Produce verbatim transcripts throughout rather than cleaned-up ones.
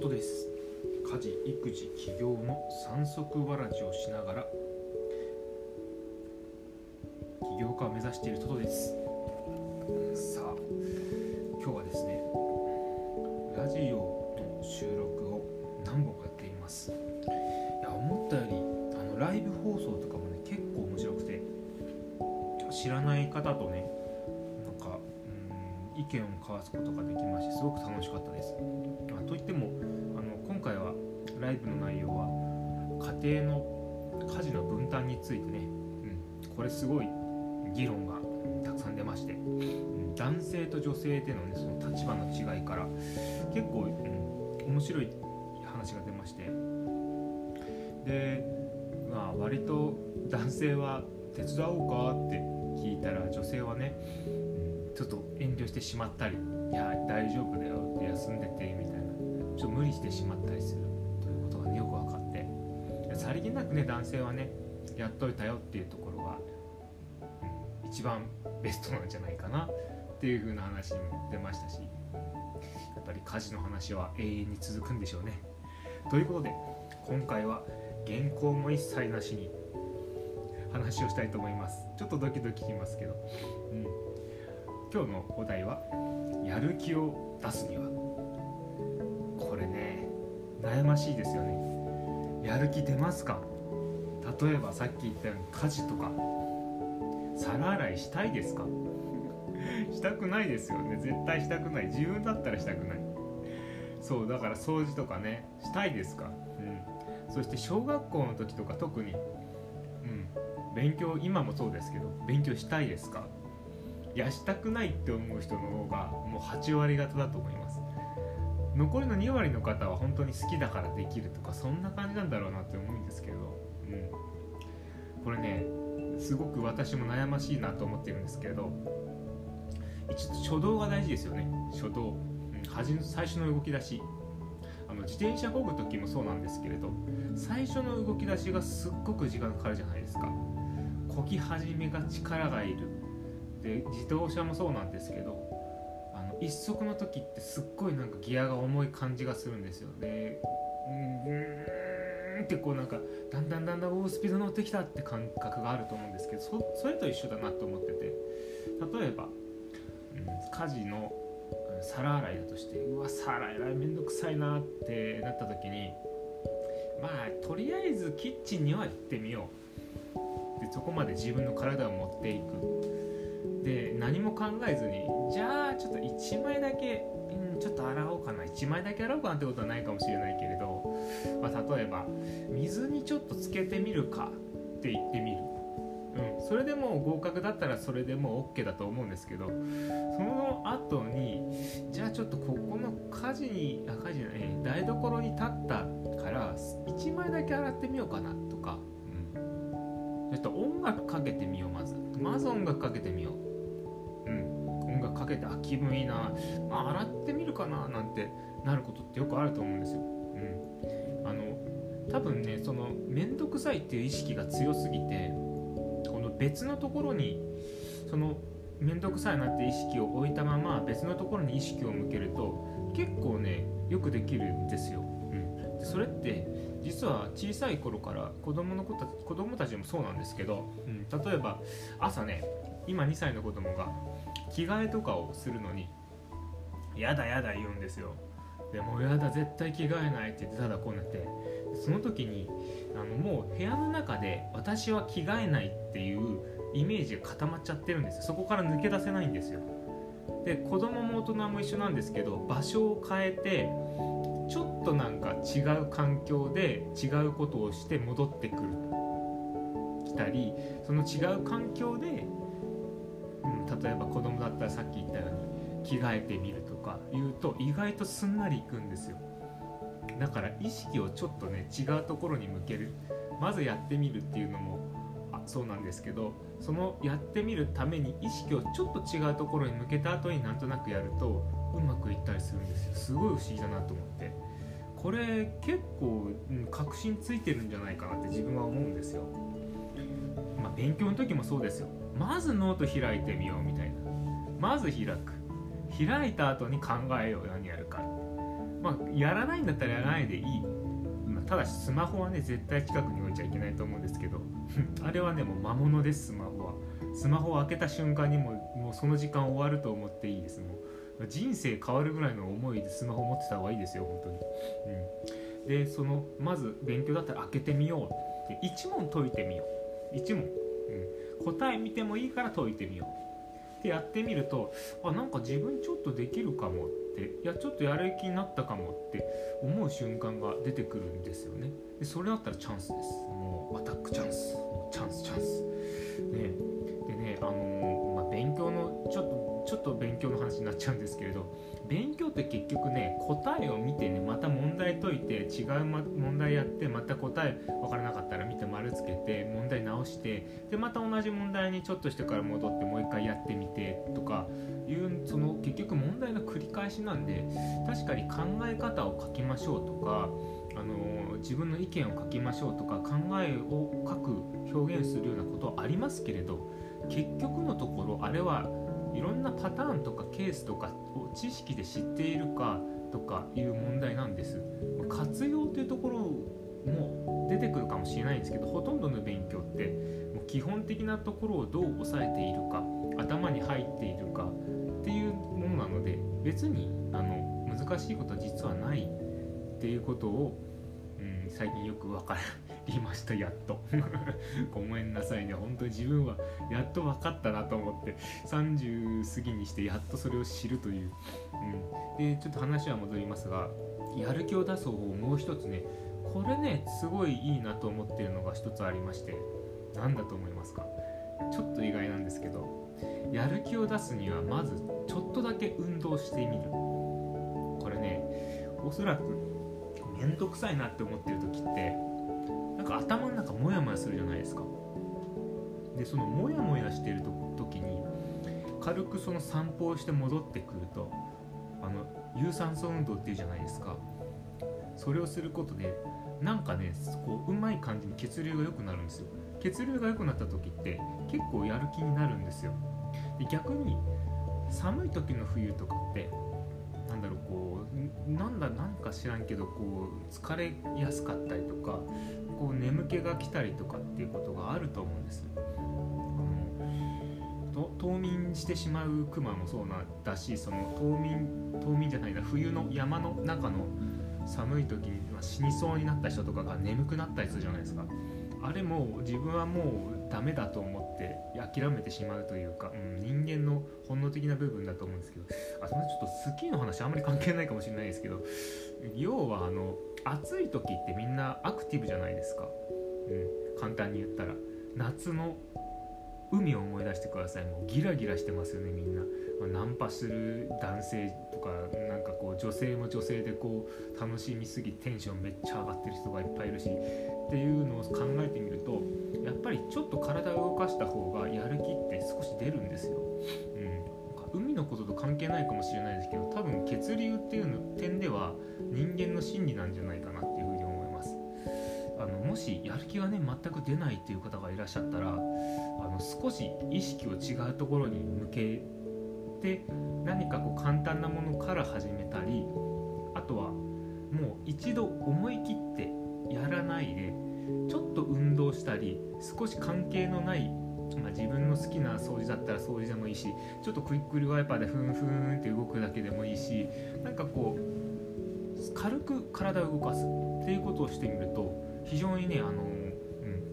トです。家事、育児、起業の三足わらじをしながら起業家を目指しているトトです。さあ、今日はですね、ラジオの収録を何本かやっています。いや、思ったよりあのライブ放送とかもね、結構面白くて、知らない方とね、なんかうーん意見を交わすことができまして、すごく楽しかったです。あといってもあの今回はライブの内容は家庭の家事の分担についてね、うん、これすごい議論がたくさん出まして、うん、男性と女性でのね、その立場の違いから結構、うん、面白い話が出まして、で、まあ割と男性は手伝おうかって聞いたら、女性はね、うん、ちょっと遠慮してしまったり、いや大丈夫だよって休んでてみたいな、ちょっと無理してしまったりするということが、ね、よく分かって、さりげなくね、男性はね、やっといたよっていうところが、うん、一番ベストなんじゃないかなっていう風な話も出ましたし、やっぱり家事の話は永遠に続くんでしょうね。ということで、今回は原稿も一切なしに話をしたいと思います。ちょっとドキドキしますけど、うん、今日のお題はやる気を出すには。これね、悩ましいですよね。やる気出ますか？例えばさっき言ったように家事とか皿洗いしたいですか？したくないですよね。絶対したくない。自分だったらしたくない。そうだから、掃除とかね、したいですか？うん。そして小学校の時とか特に、うん、勉強、今もそうですけど、勉強したいですか？いや、したくないって思う人の方がもうはちわり方だと思います。残りのにわりの方は本当に好きだからできるとか、そんな感じなんだろうなって思うんですけど、うん、これね、すごく私も悩ましいなと思ってるんですけれど、一度初動が大事ですよね。初動、うん、はじ最初の動き出し、あの自転車漕ぐ時もそうなんですけれど、最初の動き出しがすっごく時間かかるじゃないですか。漕ぎ始めが力がいる。で、自動車もそうなんですけど、あの一足の時ってすっごいなんかギアが重い感じがするんですよ。で、うーんってこうなんかだんだんだんだんおスピード乗ってきたって感覚があると思うんですけど、 そ, それと一緒だなと思ってて、例えば、うん、家事の皿洗いだとして、うわ皿洗いめんどくさいなってなった時に、まあとりあえずキッチンには行ってみようで、そこまで自分の体を持っていく。で、何も考えずに、じゃあちょっといちまいだけ、うん、ちょっと洗おうかな、いちまいだけ洗おうかなってことはないかもしれないけれど、まあ、例えば水にちょっとつけてみるかって言ってみる、うん、それでも合格だったらそれでもう OK だと思うんですけど、その後にじゃあちょっとここの家事にあ家事じゃない台所に立ったからいちまいだけ洗ってみようかなとか、うん、ちょっと音楽かけてみよう。まずまず音楽かけてみよう。うん、音楽かけて、あ、気分いいな、まあ、洗ってみるかななんてなることってよくあると思うんですよ。うん、あの多分ね、そのめんどくさいっていう意識が強すぎて、この別のところにそのめんどくさいなって意識を置いたまま別のところに意識を向けると結構ね、よくできるんですよ。うん、でそれって実は小さい頃から子供の子た子供たちもそうなんですけど、うん、例えば朝ね、今にさいの子供が着替えとかをするのにやだやだ言うんですよ。でもうやだ絶対着替えないって言ってただこうなって、その時にあのもう部屋の中で私は着替えないっていうイメージが固まっちゃってるんですよ。そこから抜け出せないんですよ。で、子供も大人も一緒なんですけど、場所を変えてちょっとなんか違う環境で違うことをして戻ってくる来たり、その違う環境で、うん、例えば子供だったらさっき言ったように着替えてみるとか言うと意外とすんなりいくんですよ。だから意識をちょっとね、違うところに向ける、まずやってみるっていうのもあそうなんですけど、そのやってみるために意識をちょっと違うところに向けた後になんとなくやるとうまくいったりするんですよ。すごい不思議だなと思って、これ結構、うん、確信ついてるんじゃないかなって自分は思うんですよ。まあ、勉強の時もそうですよ。まずノート開いてみようみたいな、まず開く、開いた後に考えよう、何やるか。 まあやらないんだったらやらないでいい。ただしスマホはね絶対近くに置いちゃいけないと思うんですけどあれはねもう魔物です。スマホはスマホを開けた瞬間にももうその時間終わると思っていいです。もう人生変わるぐらいの思いでスマホ持ってた方がいいですよ本当に、うん、でそのまず勉強だったら開けてみようっていち問解いてみよういち問、うん、答え見てもいいから解いてみようってやってみると、あなんか自分ちょっとできるかもって、いやちょっとやる気になったかもって思う瞬間が出てくるんですよね。でそれだったらチャンスです。もうアタックチャンス、もうチャンスチャンスね。でねあのー、まあ、勉強のちょっとちょっと勉強の話になっちゃうんですけれど、勉強って結局ね答えを見てねまた問題解いて違う、ま、問題やってまた答え分からなかったら見て丸つけて問題直してでまた同じ問題にちょっとしてから戻ってもう一回やってみてとかいうその結局問題の繰り返しなんで、確かに考え方を書きましょうとかあの自分の意見を書きましょうとか考えを書く表現するようなことはありますけれど、結局のところあれはいろんなパターンとかケースとかを知識で知っているかとかいう問題なんです。活用というところも出てくるかもしれないんですけど、ほとんどの勉強ってもう基本的なところをどう抑えているか頭に入っているかっていうものなので、別にあの難しいことは実はないっていうことを、うん、最近よく分かりました。やっとごめんなさいね、本当に自分はやっと分かったなと思ってさんじゅう過ぎにしてやっとそれを知るという、うん、でちょっと話は戻りますが、やる気を出す方法もう一つね、これねすごいいいなと思っているのが一つありまして、何だと思いますか？ちょっと意外なんですけど、やる気を出すにはまずちょっとだけ運動してみる。これねおそらくめんどくさいなって思ってる時ってなんか頭の中モヤモヤするじゃないですか。でそのモヤモヤしてる時に軽くその散歩をして戻ってくると、あの有酸素運動っていうじゃないですか。それをすることでなんかねこううまい感じに血流が良くなるんですよ。血流が良くなった時って結構やる気になるんですよ。で逆に寒い時の冬とかってなんだろうこうなんだなんか知らんけどこう疲れやすかったりとかこう眠気が来たりとかっていうことがあると思うんです。あの冬眠してしまうクマもそうなんだし、その冬眠冬眠じゃないな冬の山の中の寒い時に死にそうになった人とかが眠くなったりするじゃないですか。あれも自分はもうダメだと思って諦めてしまうというか、うん、人間の本能的な部分だと思うんですけど、あそのちょっとスキーの話あんまり関係ないかもしれないですけど、要はあの暑い時ってみんなアクティブじゃないですか、うん、簡単に言ったら夏の海を思い出してください。もうギラギラしてますよねみんな。ナンパする男性とかなんかこう女性も女性でこう楽しみすぎテンションめっちゃ上がってる人がいっぱいいるしっていうのを考えてみると、やっぱりちょっと体を動かした方がやる気って少し出るんですよ、うん、海のことと関係ないかもしれないですけど、多分血流っていうの点では人間の心理なんじゃないかなっていうふうに思います。あのもしやる気がね全く出ないっていう方がいらっしゃったら、あの少し意識を違うところに向けて何かこう簡単なものから始めたり、あとはもう一度思い切ってやらないでちょっと運動したり、少し関係のない、まあ、自分の好きな掃除だったら掃除でもいいし、ちょっとクイックルワイパーでフンフンって動くだけでもいいし、なんかこう軽く体を動かすっていうことをしてみると非常にねあの、うん、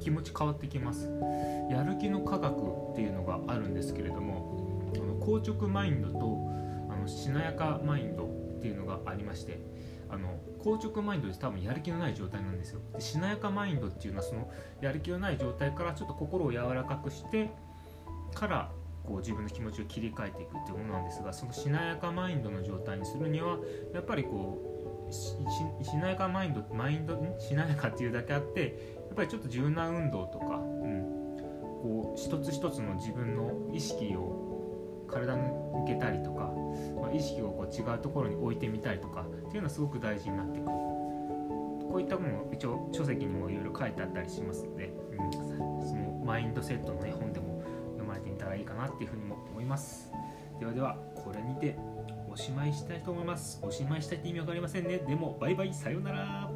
気持ち変わってきます。やる気の科学っていうのがあるんですけれども、あの硬直マインドとあのしなやかマインドっていうのがありまして、あの硬直マインドで多分やる気のない状態なんですよ。でしなやかマインドっていうのはそのやる気のない状態からちょっと心を柔らかくしてからこう自分の気持ちを切り替えていくっていうものなんですが、そのしなやかマインドの状態にするにはやっぱりこう し, し, しなやかマインドマインドんしなやかっていうだけあって、やっぱりちょっと柔軟運動とか、うん、こう一つ一つの自分の意識を体に向けたりとか、まあ、意識をこう違うところに置いてみたりとかっていうのはすごく大事になってくる。こういったものも一応書籍にもいろいろ書いてあったりしますので、うん、そのマインドセットの絵本でも読まれてみたらいいかなっていうふうにも思います。ではではこれにておしまいしたいと思います。おしまいしたいって意味わかりませんね。でもバイバイ、さようなら。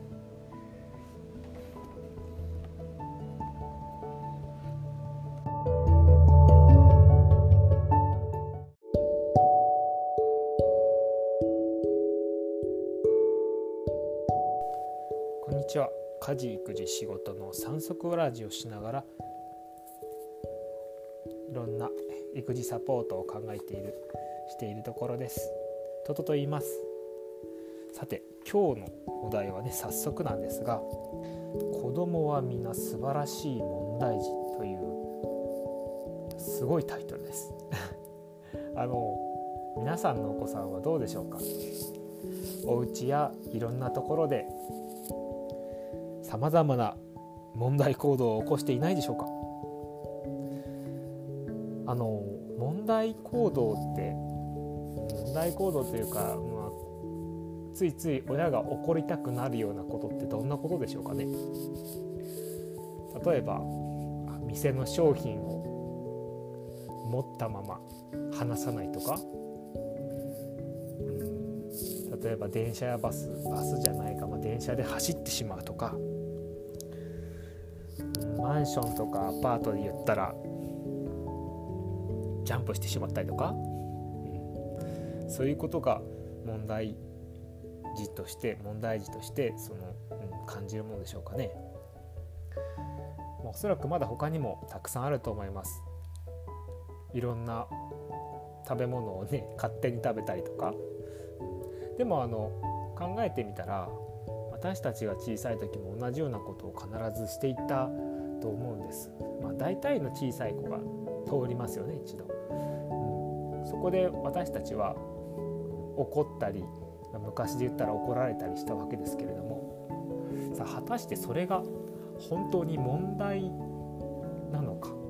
こんにちは。家事育児仕事の三足わらじをしながらいろんな育児サポートを考えているしているところです。トトと言います。さて今日のお題はね、早速なんですが、子供は皆素晴らしい問題児というすごいタイトルですあの皆さんのお子さんはどうでしょうか。お家やいろんなところでさまざまな問題行動を起こしていないでしょうか。あの問題行動って問題行動というか、まあ、ついつい親が怒りたくなるようなことってどんなことでしょうかね。例えば店の商品を持ったまま離さないとか、うん、例えば電車やバスバスじゃないか、まあ、電車で走ってしまうとか、マンションとかアパートで言ったらジャンプしてしまったりとか、うん、そういうことが問題児として問題児としてその、うん、感じるものでしょうかね。おそらくまだ他にもたくさんあると思います。いろんな食べ物をね勝手に食べたりとか。でもあの考えてみたら、私たちが小さい時も同じようなことを必ずしていたと思うんです。まあ、大体の小さい子が通りますよね、一度、うん、そこで私たちは怒ったり、昔で言ったら怒られたりしたわけですけれども、さあ果たしてそれが本当に問題なのか、うん、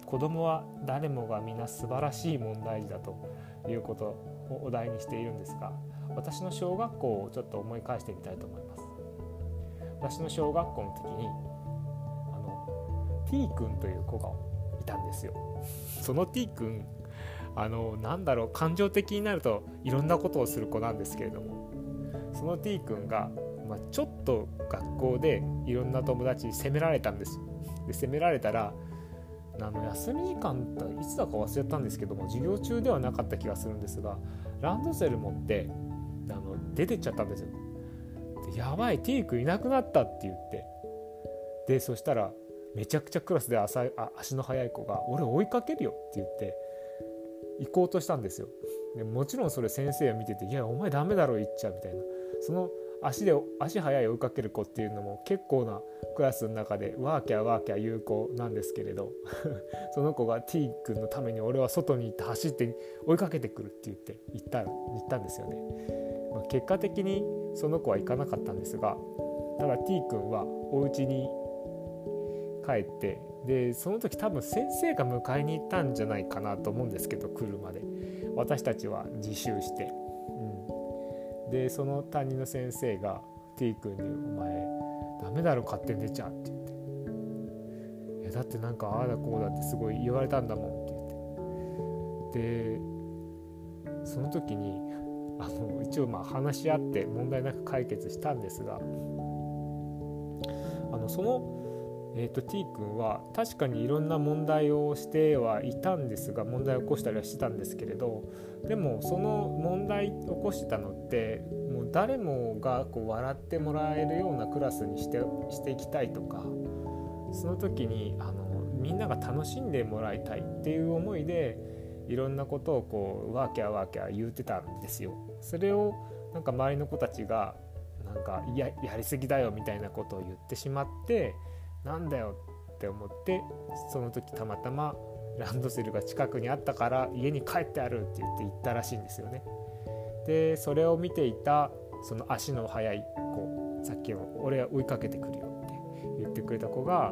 子供は誰もが皆素晴らしい問題児だということをお題にしているんですが、私の小学校をちょっと思い返してみたいと思います。私の小学校の時にあの T 君という子がいたんですよ。その T 君、あのなんだろう感情的になるといろんなことをする子なんですけれども、その T 君が、まあ、ちょっと学校でいろんな友達に責められたんですよ。で責められたら、あの休み時間っていつだか忘れたんですけども、授業中ではなかった気がするんですが、ランドセル持ってあの出てっちゃったんですよ。でやばい T 君いなくなったって言って、でそしたらめちゃくちゃクラスで朝あ足の速い子が俺追いかけるよって言って行こうとしたんですよ。でもちろんそれ先生は見てて、いやお前ダメだろ行っちゃうみたいな、その足で足速い追いかける子っていうのも結構なクラスの中でワーキャーワーキャー言う子なんですけれどその子が T 君のために俺は外に行って走って追いかけてくるって言って行った言ったんですよね。まあ、結果的にその子は行かなかったんですが、ただ T 君はお家に帰って、でその時多分先生が迎えに行ったんじゃないかなと思うんですけど、車で私たちは自習して、うん、でその担任の先生が T 君にお前ダメだろ勝手に出ちゃうって言って、いやだってなんかああだこうだってすごい言われたんだもんって言って、でその時にあの一応まあ話し合って問題なく解決したんですが、あのそのえー、と T 君は確かにいろんな問題をしてはいたんですが、問題を起こしたりはしてたんですけれど、でもその問題を起こしてたのってもう誰もがこう笑ってもらえるようなクラスにして、していきたいとか、その時にあのみんなが楽しんでもらいたいっていう思いでいろんなことをこうワーキャーワーキャー言ってたんですよ。それをなんか周りの子たちがなんか や, やりすぎだよみたいなことを言ってしまって、なんだよって思って、その時たまたまランドセルが近くにあったから家に帰ってあるって言って行ったらしいんですよね。でそれを見ていたその足の速い子、さっきの俺は追いかけてくるよって言ってくれた子が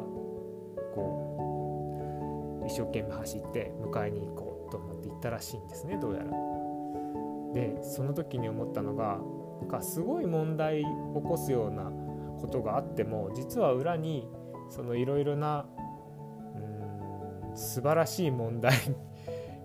こう一生懸命走って迎えに行こうと思って行ったらしいんですね、どうやら。でその時に思ったのが、なんかすごい問題起こすようなことがあっても、実は裏にそのいろいろなうーん素晴らしい問題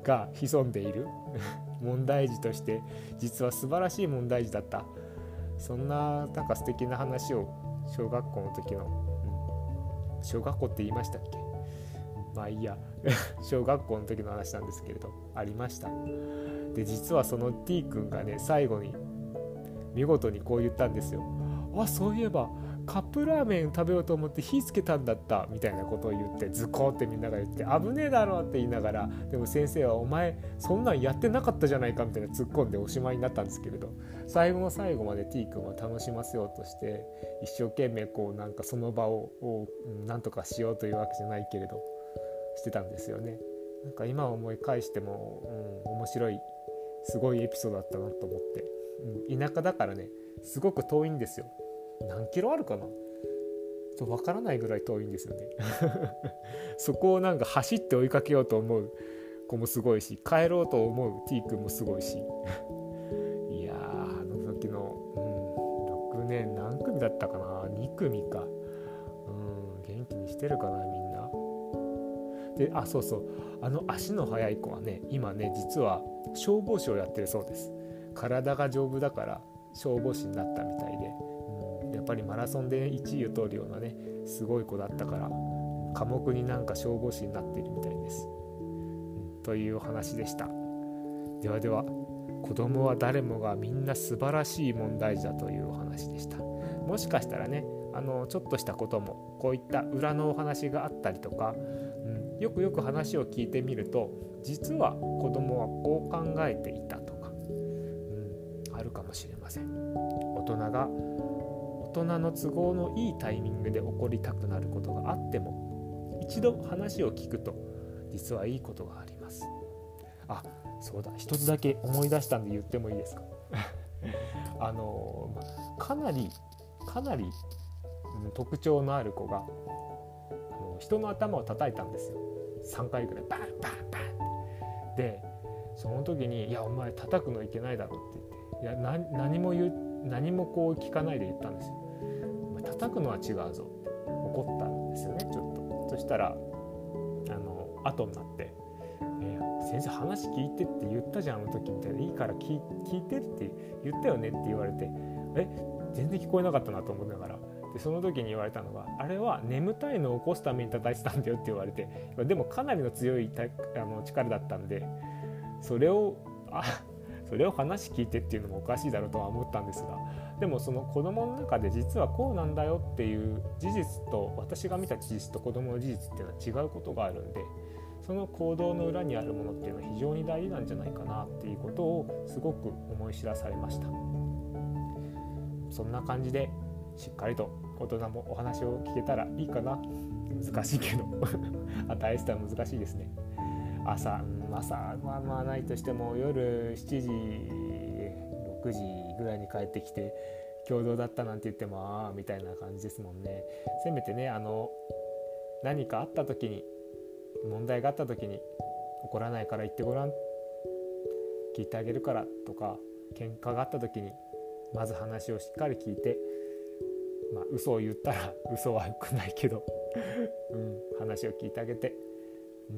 が潜んでいる問題児として実は素晴らしい問題児だった、そんななんか素敵な話を小学校の時の、うん、小学校って言いましたっけ、まあいいや小学校の時の話なんですけれどありました。で実はその T 君がね最後に見事にこう言ったんですよ。あ、そういえばカップラーメン食べようと思って火つけたんだったみたいなことを言って、ズコーってみんなが言って危ねえだろって言いながら、でも先生はお前そんなんやってなかったじゃないかみたいな突っ込んでおしまいになったんですけれど、最後の最後まで T 君は楽しませようとして一生懸命こうなんかその場をなんとかしようというわけじゃないけれどしてたんですよね。なんか今思い返しても、うん、面白いすごいエピソードだったなと思って、うん、田舎だからねすごく遠いんですよ。何キロあるかな、ちょっと分からないぐらい遠いんですよねそこをなんか走って追いかけようと思う子もすごいし、帰ろうと思う T 君もすごいしいやーあの時の、うん、ろくねん何組だったかな、に組か、うん、元気にしてるかなみんなで。あ、そうそう、あの足の速い子はね今ね実は消防士をやってるそうです。体が丈夫だから消防士になったみたいで、やっぱりマラソンで、ね、いちいを取るようなねすごい子だったから科目になんか消防士になっているみたいです、うん、というお話でした。ではでは、子供は誰もがみんな素晴らしい問題児だというお話でした。もしかしたらねあのちょっとしたこともこういった裏のお話があったりとか、うん、よくよく話を聞いてみると実は子供はこう考えていたとか、うん、あるかもしれません。大人が大人の都合のいいタイミングで起こりたくなることがあっても一度話を聞くと実はいいことがあります。あ、そうだ、一つだけ思い出したんで言ってもいいですかあのかなりかなり特徴のある子があの人の頭を叩いたんですよ。さんかいぐらいバンバンバンで、その時にいやお前叩くのいけないだろって言って、いやな何も言う何もこう聞かないで言ったんですよ。叩くのは違うぞって怒ったんですよね、ちょっと。そしたらあの後になってえー、先生話聞いてって言ったじゃんあの時みたいな、いいから 聞, 聞いてって言ったよねって言われて、え全然聞こえなかったなと思いながら、でその時に言われたのが、あれは眠たいのを起こすために叩いてたんだよって言われて、でもかなりの強いあの力だったんで、それをあそれを話聞いてっていうのもおかしいだろうとは思ったんですが、でもその子供の中で実はこうなんだよっていう事実と、私が見た事実と子供の事実っていうのは違うことがあるんで、その行動の裏にあるものっていうのは非常に大事なんじゃないかなっていうことをすごく思い知らされました。そんな感じでしっかりと大人もお話を聞けたらいいかな。難しいけど与えしたら難しいですね。朝、うん、朝はまあないとしても夜しちじろくじぐらいに帰ってきて共同だったなんて言ってもああみたいな感じですもんね。せめてね、あの何かあった時に問題があった時に怒らないから言ってごらん、聞いてあげるからとか、喧嘩があった時にまず話をしっかり聞いて、まあ嘘を言ったら嘘は良くないけど、うん、話を聞いてあげて、うん、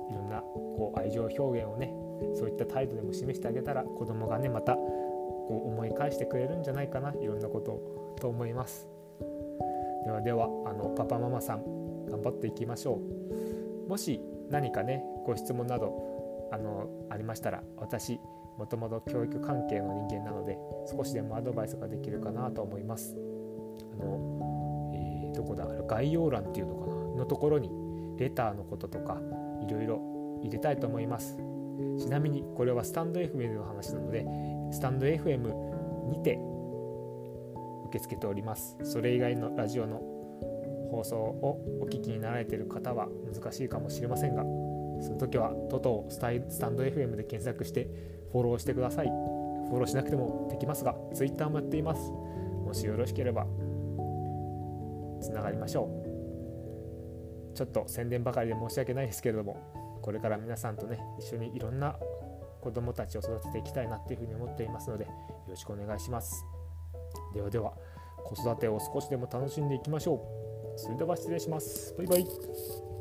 いろんなこう愛情表現をね、そういった態度でも示してあげたら子供がねまたこう思い返してくれるんじゃないかな、いろんなことをと思います。ではでは、あのパパママさん頑張っていきましょう。もし何かねご質問など あのありましたら、私もともと教育関係の人間なので少しでもアドバイスができるかなと思います。あの、えー、どこだ概要欄っていうのかなのところにレターのこととかいろいろ入れたいと思います。ちなみにこれはスタンド エフエム の話なので、スタンド エフエム にて受け付けております。それ以外のラジオの放送をお聞きになられている方は難しいかもしれませんが、その時はトトスタンド エフエム で検索してフォローしてください。フォローしなくてもできますが、ツイッターもやっています。もしよろしければつながりましょう。ちょっと宣伝ばかりで申し訳ないですけれども、これから皆さんとね一緒にいろんな子どもたちを育てていきたいなっていうふうに思っていますので、よろしくお願いします。ではでは、子育てを少しでも楽しんでいきましょう。それでは失礼します。バイバイ。